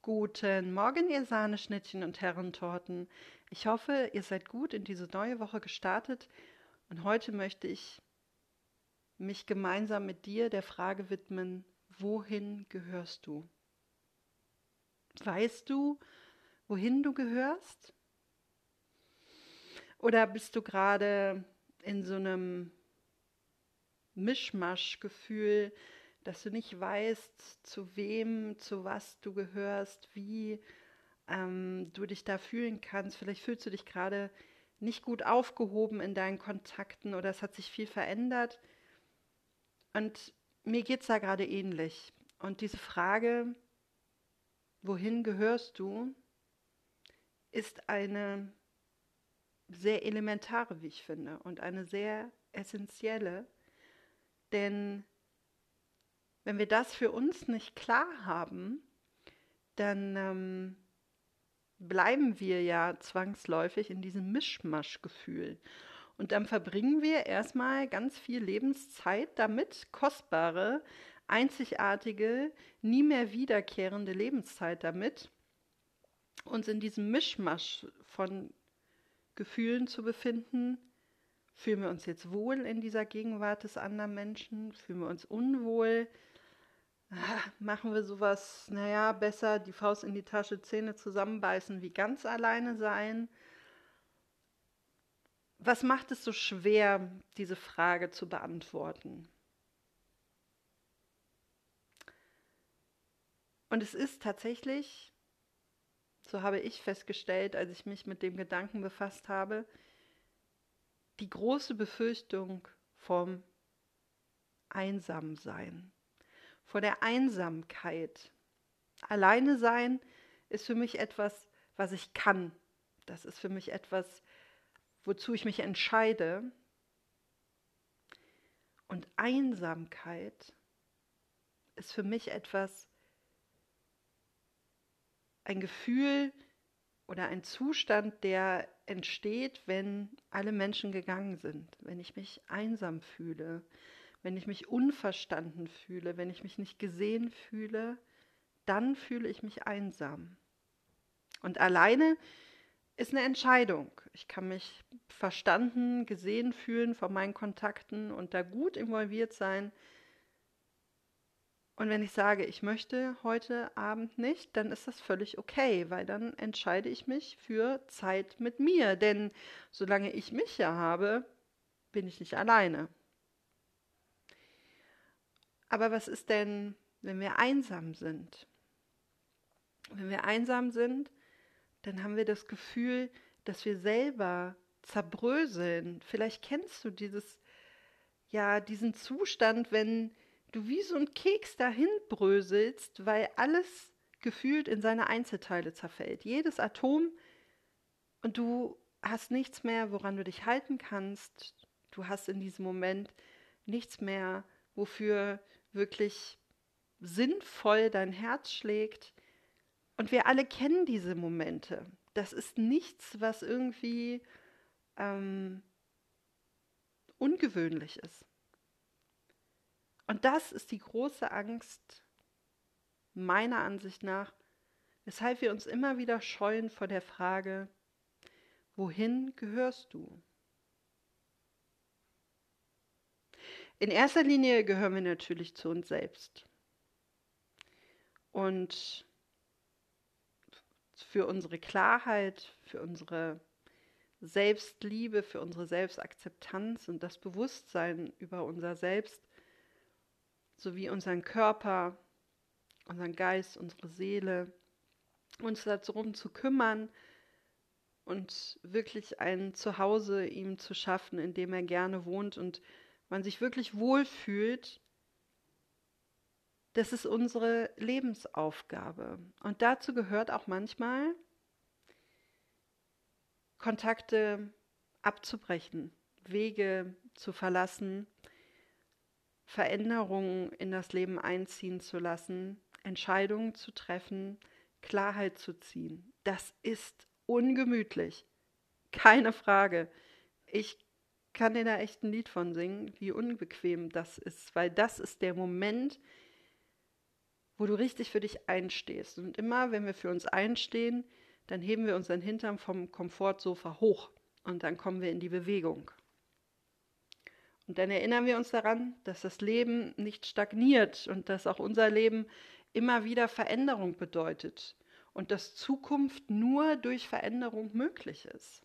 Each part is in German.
Guten Morgen, ihr Sahneschnittchen und Herrentorten. Ich hoffe, ihr seid gut in diese neue Woche gestartet und heute möchte ich mich gemeinsam mit dir der Frage widmen, wohin gehörst du? Weißt du, wohin du gehörst? Oder bist du gerade in so einem Mischmaschgefühl, dass du nicht weißt, zu wem, zu was du gehörst, wie du dich da fühlen kannst. Vielleicht fühlst du dich gerade nicht gut aufgehoben in deinen Kontakten oder es hat sich viel verändert. Und mir geht es da gerade ähnlich. Und diese Frage, wohin gehörst du, ist eine sehr elementare, wie ich finde, und eine sehr essentielle. Denn wenn wir das für uns nicht klar haben, dann bleiben wir ja zwangsläufig in diesem Mischmaschgefühl. Und dann verbringen wir erstmal ganz viel Lebenszeit damit, kostbare, einzigartige, nie mehr wiederkehrende Lebenszeit damit, uns in diesem Mischmasch von Gefühlen zu befinden. Fühlen wir uns jetzt wohl in dieser Gegenwart des anderen Menschen? Fühlen wir uns unwohl? Machen wir sowas, naja, besser die Faust in die Tasche, Zähne zusammenbeißen, wie ganz alleine sein? Was macht es so schwer, diese Frage zu beantworten? Und es ist tatsächlich, so habe ich festgestellt, als ich mich mit dem Gedanken befasst habe, die große Befürchtung vom Einsamsein, vor der Einsamkeit. Alleine sein ist für mich etwas, was ich kann. Das ist für mich etwas, wozu ich mich entscheide. Und Einsamkeit ist für mich etwas, ein Gefühl oder ein Zustand, der entsteht, wenn alle Menschen gegangen sind, wenn ich mich einsam fühle, wenn ich mich unverstanden fühle, wenn ich mich nicht gesehen fühle, dann fühle ich mich einsam. Und alleine ist eine Entscheidung. Ich kann mich verstanden, gesehen fühlen von meinen Kontakten und da gut involviert sein. Und wenn ich sage, ich möchte heute Abend nicht, dann ist das völlig okay, weil dann entscheide ich mich für Zeit mit mir. Denn solange ich mich ja habe, bin ich nicht alleine. Aber was ist denn, wenn wir einsam sind? Wenn wir einsam sind, dann haben wir das Gefühl, dass wir selber zerbröseln. Vielleicht kennst du diesen Zustand, wenn du wie so ein Keks dahin bröselst, weil alles gefühlt in seine Einzelteile zerfällt. Jedes Atom und du hast nichts mehr, woran du dich halten kannst. Du hast in diesem Moment nichts mehr, wofür wirklich sinnvoll dein Herz schlägt. Und wir alle kennen diese Momente. Das ist nichts, was irgendwie ähm, ungewöhnlich ist. Und das ist die große Angst, meiner Ansicht nach, weshalb wir uns immer wieder scheuen vor der Frage, wohin gehörst du? In erster Linie gehören wir natürlich zu uns selbst. Und für unsere Klarheit, für unsere Selbstliebe, für unsere Selbstakzeptanz und das Bewusstsein über unser Selbst sowie unseren Körper, unseren Geist, unsere Seele, uns darum zu kümmern und wirklich ein Zuhause ihm zu schaffen, in dem er gerne wohnt und man sich wirklich wohlfühlt, das ist unsere Lebensaufgabe. Und dazu gehört auch manchmal, Kontakte abzubrechen, Wege zu verlassen, Veränderungen in das Leben einziehen zu lassen, Entscheidungen zu treffen, Klarheit zu ziehen. Das ist ungemütlich, keine Frage. Ich kann dir da echt ein Lied von singen, wie unbequem das ist, weil das ist der Moment, wo du richtig für dich einstehst. Und immer, wenn wir für uns einstehen, dann heben wir unseren Hintern vom Komfortsofa hoch und dann kommen wir in die Bewegung. Und dann erinnern wir uns daran, dass das Leben nicht stagniert und dass auch unser Leben immer wieder Veränderung bedeutet und dass Zukunft nur durch Veränderung möglich ist.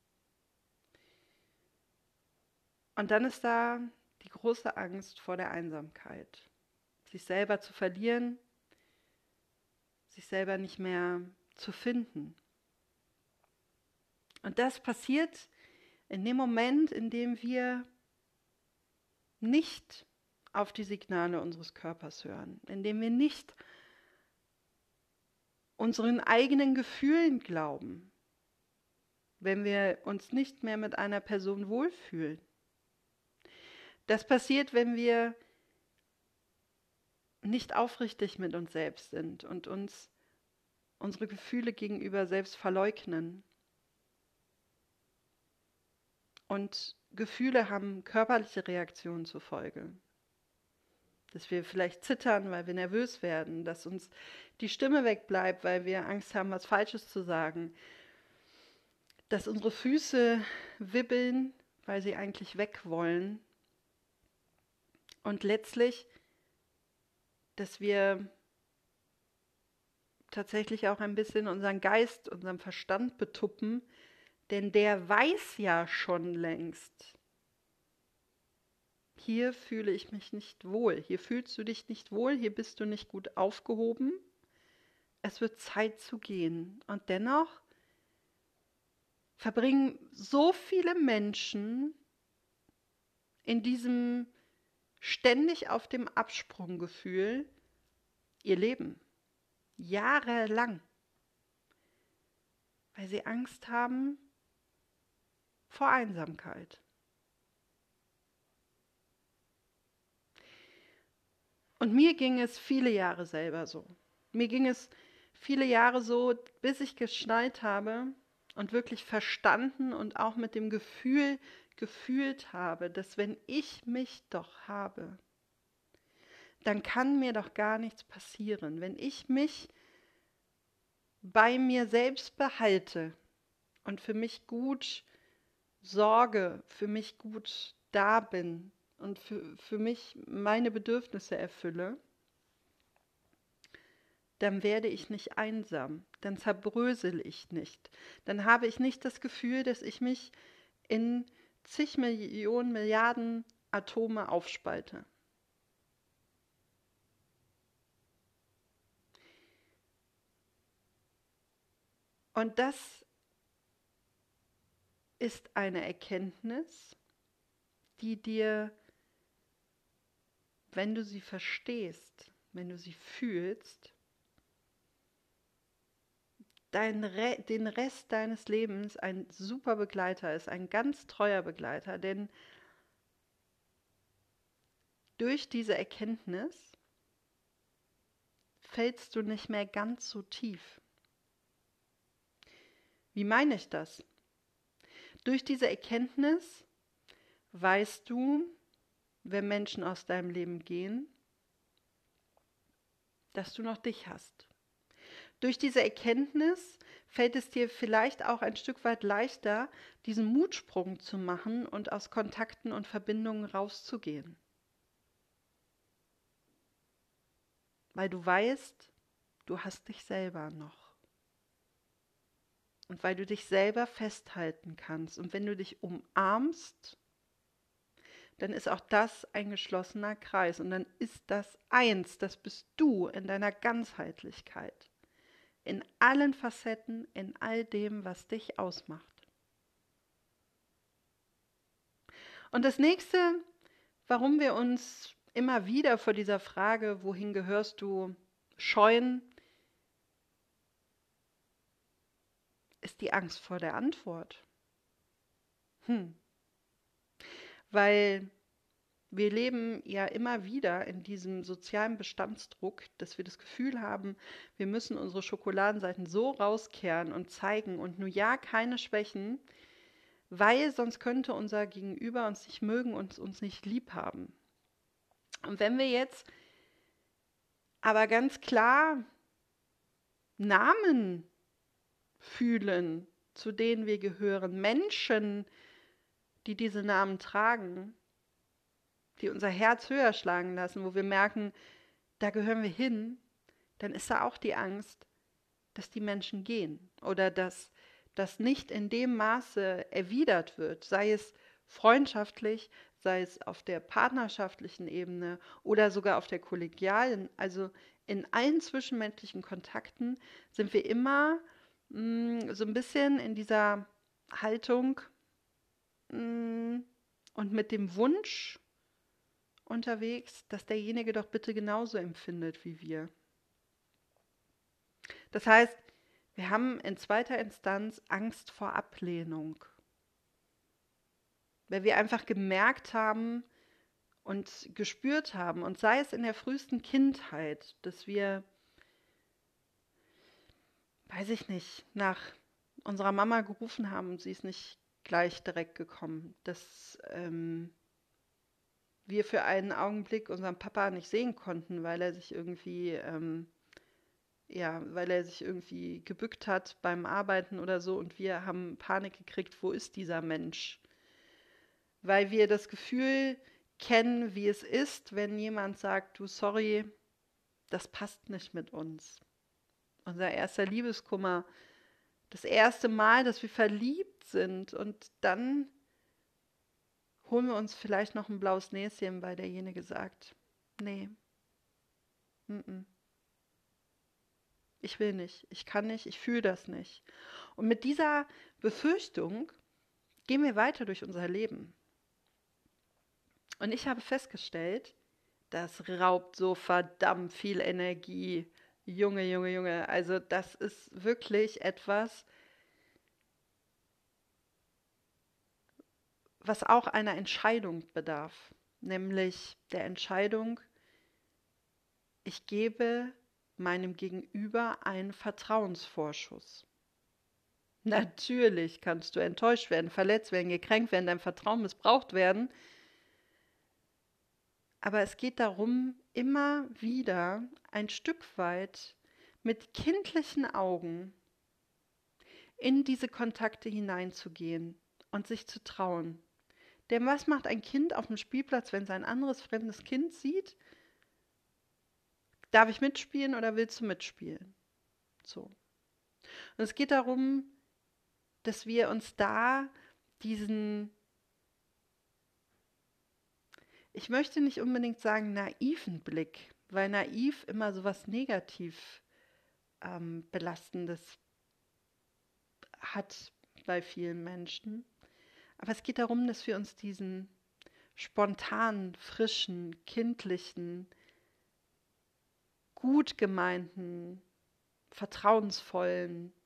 Und dann ist da die große Angst vor der Einsamkeit, sich selber zu verlieren, sich selber nicht mehr zu finden. Und das passiert in dem Moment, in dem wir nicht auf die Signale unseres Körpers hören, in dem wir nicht unseren eigenen Gefühlen glauben, wenn wir uns nicht mehr mit einer Person wohlfühlen. Das passiert, wenn wir nicht aufrichtig mit uns selbst sind und uns unsere Gefühle gegenüber selbst verleugnen. Und Gefühle haben körperliche Reaktionen zur Folge. Dass wir vielleicht zittern, weil wir nervös werden, dass uns die Stimme wegbleibt, weil wir Angst haben, was Falsches zu sagen. Dass unsere Füße wibbeln, weil sie eigentlich weg wollen. Und letztlich, dass wir tatsächlich auch ein bisschen unseren Geist, unseren Verstand betuppen, denn der weiß ja schon längst, hier fühle ich mich nicht wohl, hier fühlst du dich nicht wohl, hier bist du nicht gut aufgehoben, es wird Zeit zu gehen. Und dennoch verbringen so viele Menschen in diesem ständig auf dem Absprunggefühl ihr Leben, jahrelang, weil sie Angst haben vor Einsamkeit. Und mir ging es viele Jahre selber so. Mir ging es viele Jahre so, bis ich geschnallt habe und wirklich verstanden und auch mit dem Gefühl gefühlt habe, dass wenn ich mich doch habe, dann kann mir doch gar nichts passieren. Wenn ich mich bei mir selbst behalte und für mich gut sorge, für mich gut da bin und für mich meine Bedürfnisse erfülle, dann werde ich nicht einsam, dann zerbrösel ich nicht, dann habe ich nicht das Gefühl, dass ich mich in zig Millionen, Milliarden Atome aufspalte. Und das ist eine Erkenntnis, die dir, wenn du sie verstehst, wenn du sie fühlst, den Rest deines Lebens ein super Begleiter ist, ein ganz treuer Begleiter, denn durch diese Erkenntnis fällst du nicht mehr ganz so tief. Wie meine ich das? Durch diese Erkenntnis weißt du, wenn Menschen aus deinem Leben gehen, dass du noch dich hast. Durch diese Erkenntnis fällt es dir vielleicht auch ein Stück weit leichter, diesen Mutsprung zu machen und aus Kontakten und Verbindungen rauszugehen. Weil du weißt, du hast dich selber noch. Und weil du dich selber festhalten kannst. Und wenn du dich umarmst, dann ist auch das ein geschlossener Kreis. Und dann ist das eins, das bist du in deiner Ganzheitlichkeit. In allen Facetten, in all dem, was dich ausmacht. Und das nächste, warum wir uns immer wieder vor dieser Frage, wohin gehörst du, scheuen, ist die Angst vor der Antwort. Weil wir leben ja immer wieder in diesem sozialen Bestandsdruck, dass wir das Gefühl haben, wir müssen unsere Schokoladenseiten so rauskehren und zeigen und nur ja keine Schwächen, weil sonst könnte unser Gegenüber uns nicht mögen und uns nicht lieb haben. Und wenn wir jetzt aber ganz klar Namen fühlen, zu denen wir gehören, Menschen, die diese Namen tragen, die unser Herz höher schlagen lassen, wo wir merken, da gehören wir hin, dann ist da auch die Angst, dass die Menschen gehen oder dass das nicht in dem Maße erwidert wird, sei es freundschaftlich, sei es auf der partnerschaftlichen Ebene oder sogar auf der kollegialen. Also in allen zwischenmenschlichen Kontakten sind wir immer so ein bisschen in dieser Haltung und mit dem Wunsch unterwegs, dass derjenige doch bitte genauso empfindet wie wir. Das heißt, wir haben in zweiter Instanz Angst vor Ablehnung, weil wir einfach gemerkt haben und gespürt haben, und sei es in der frühesten Kindheit, dass wir, weiß ich nicht, nach unserer Mama gerufen haben und sie ist nicht gleich direkt gekommen, dass wir für einen Augenblick unseren Papa nicht sehen konnten, weil er sich irgendwie weil er sich irgendwie gebückt hat beim Arbeiten oder so und wir haben Panik gekriegt, wo ist dieser Mensch? Weil wir das Gefühl kennen, wie es ist, wenn jemand sagt, du, sorry, das passt nicht mit uns. Unser erster Liebeskummer, das erste Mal, dass wir verliebt sind und dann holen wir uns vielleicht noch ein blaues Näschen, weil derjenige sagt, nee, mm-mm. Ich will nicht, ich kann nicht, ich fühle das nicht. Und mit dieser Befürchtung gehen wir weiter durch unser Leben. Und ich habe festgestellt, das raubt so verdammt viel Energie. Junge, Junge, Junge. Also das ist wirklich etwas, was auch einer Entscheidung bedarf. Nämlich der Entscheidung, ich gebe meinem Gegenüber einen Vertrauensvorschuss. Natürlich kannst du enttäuscht werden, verletzt werden, gekränkt werden, dein Vertrauen missbraucht werden. Aber es geht darum, immer wieder ein Stück weit mit kindlichen Augen in diese Kontakte hineinzugehen und sich zu trauen. Denn was macht ein Kind auf dem Spielplatz, wenn es ein anderes fremdes Kind sieht? Darf ich mitspielen oder willst du mitspielen? So. Und es geht darum, dass wir uns da diesen, ich möchte nicht unbedingt sagen naiven Blick, weil naiv immer so was negativ Belastendes hat bei vielen Menschen. Aber es geht darum, dass wir uns diesen spontanen, frischen, kindlichen, gut gemeinten, vertrauensvollen,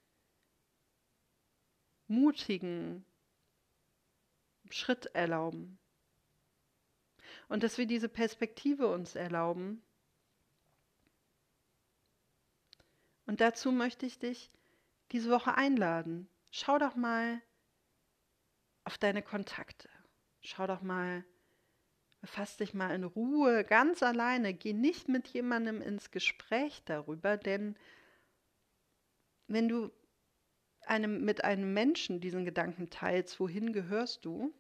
mutigen Schritt erlauben. Und dass wir diese Perspektive uns erlauben. Und dazu möchte ich dich diese Woche einladen. Schau doch mal auf deine Kontakte. Schau doch mal, fass dich mal in Ruhe, ganz alleine. Geh nicht mit jemandem ins Gespräch darüber, denn wenn du mit einem Menschen diesen Gedanken teilst, wohin gehörst du,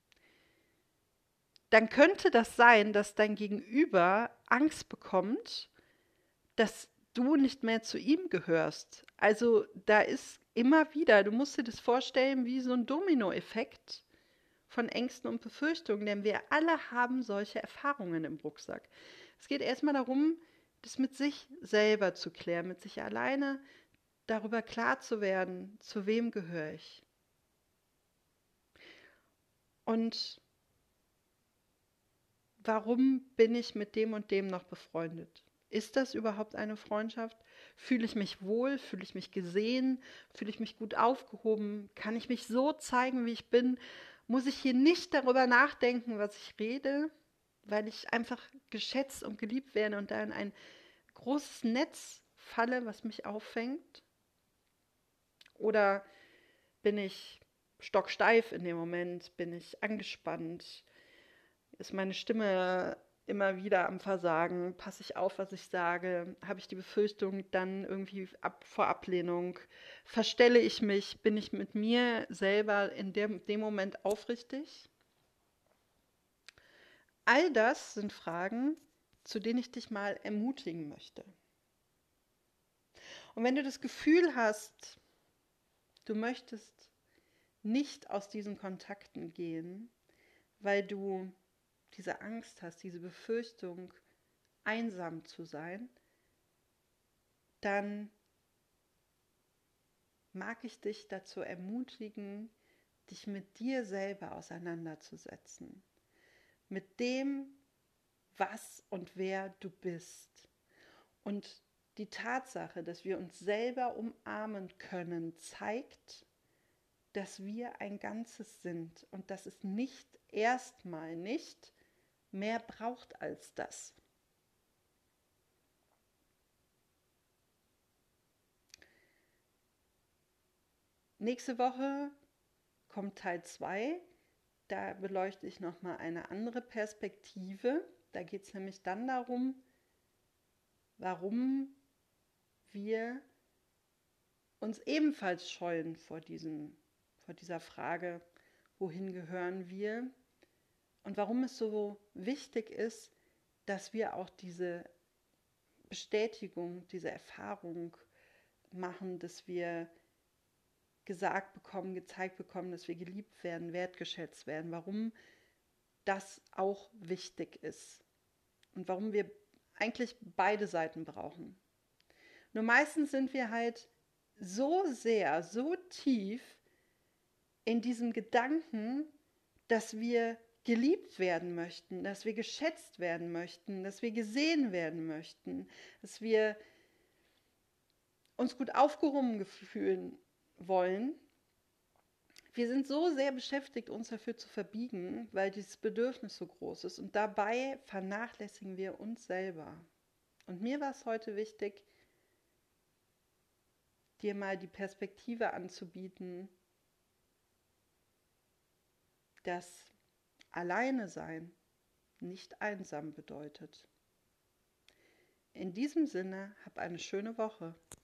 dann könnte das sein, dass dein Gegenüber Angst bekommt, dass du nicht mehr zu ihm gehörst. Also da ist immer wieder, du musst dir das vorstellen wie so ein Dominoeffekt von Ängsten und Befürchtungen, denn wir alle haben solche Erfahrungen im Rucksack. Es geht erstmal darum, das mit sich selber zu klären, mit sich alleine darüber klar zu werden, zu wem gehöre ich. Und warum bin ich mit dem und dem noch befreundet? Ist das überhaupt eine Freundschaft? Fühle ich mich wohl? Fühle ich mich gesehen? Fühle ich mich gut aufgehoben? Kann ich mich so zeigen, wie ich bin? Muss ich hier nicht darüber nachdenken, was ich rede, weil ich einfach geschätzt und geliebt werde und da in ein großes Netz falle, was mich auffängt? Oder bin ich stocksteif in dem Moment? Bin ich angespannt? Ist meine Stimme immer wieder am Versagen? Passe ich auf, was ich sage? Habe ich die Befürchtung dann irgendwie vor Ablehnung? Verstelle ich mich? Bin ich mit mir selber in dem Moment aufrichtig? All das sind Fragen, zu denen ich dich mal ermutigen möchte. Und wenn du das Gefühl hast, du möchtest nicht aus diesen Kontakten gehen, weil du diese Angst hast, diese Befürchtung, einsam zu sein, dann mag ich dich dazu ermutigen, dich mit dir selber auseinanderzusetzen. Mit dem, was und wer du bist. Und die Tatsache, dass wir uns selber umarmen können, zeigt, dass wir ein Ganzes sind und dass es erstmal nicht mehr braucht als das. Nächste Woche kommt Teil 2. Da beleuchte ich nochmal eine andere Perspektive. Da geht es nämlich dann darum, warum wir uns ebenfalls scheuen vor dieser Frage, wohin gehören wir, und warum es so wichtig ist, dass wir auch diese Bestätigung, diese Erfahrung machen, dass wir gesagt bekommen, gezeigt bekommen, dass wir geliebt werden, wertgeschätzt werden, warum das auch wichtig ist und warum wir eigentlich beide Seiten brauchen. Nur meistens sind wir halt so sehr, so tief in diesem Gedanken, dass wir geliebt werden möchten, dass wir geschätzt werden möchten, dass wir gesehen werden möchten, dass wir uns gut aufgehoben fühlen wollen. Wir sind so sehr beschäftigt, uns dafür zu verbiegen, weil dieses Bedürfnis so groß ist. Und dabei vernachlässigen wir uns selber. Und mir war es heute wichtig, dir mal die Perspektive anzubieten, dass alleine sein nicht einsam bedeutet. In diesem Sinne, hab eine schöne Woche.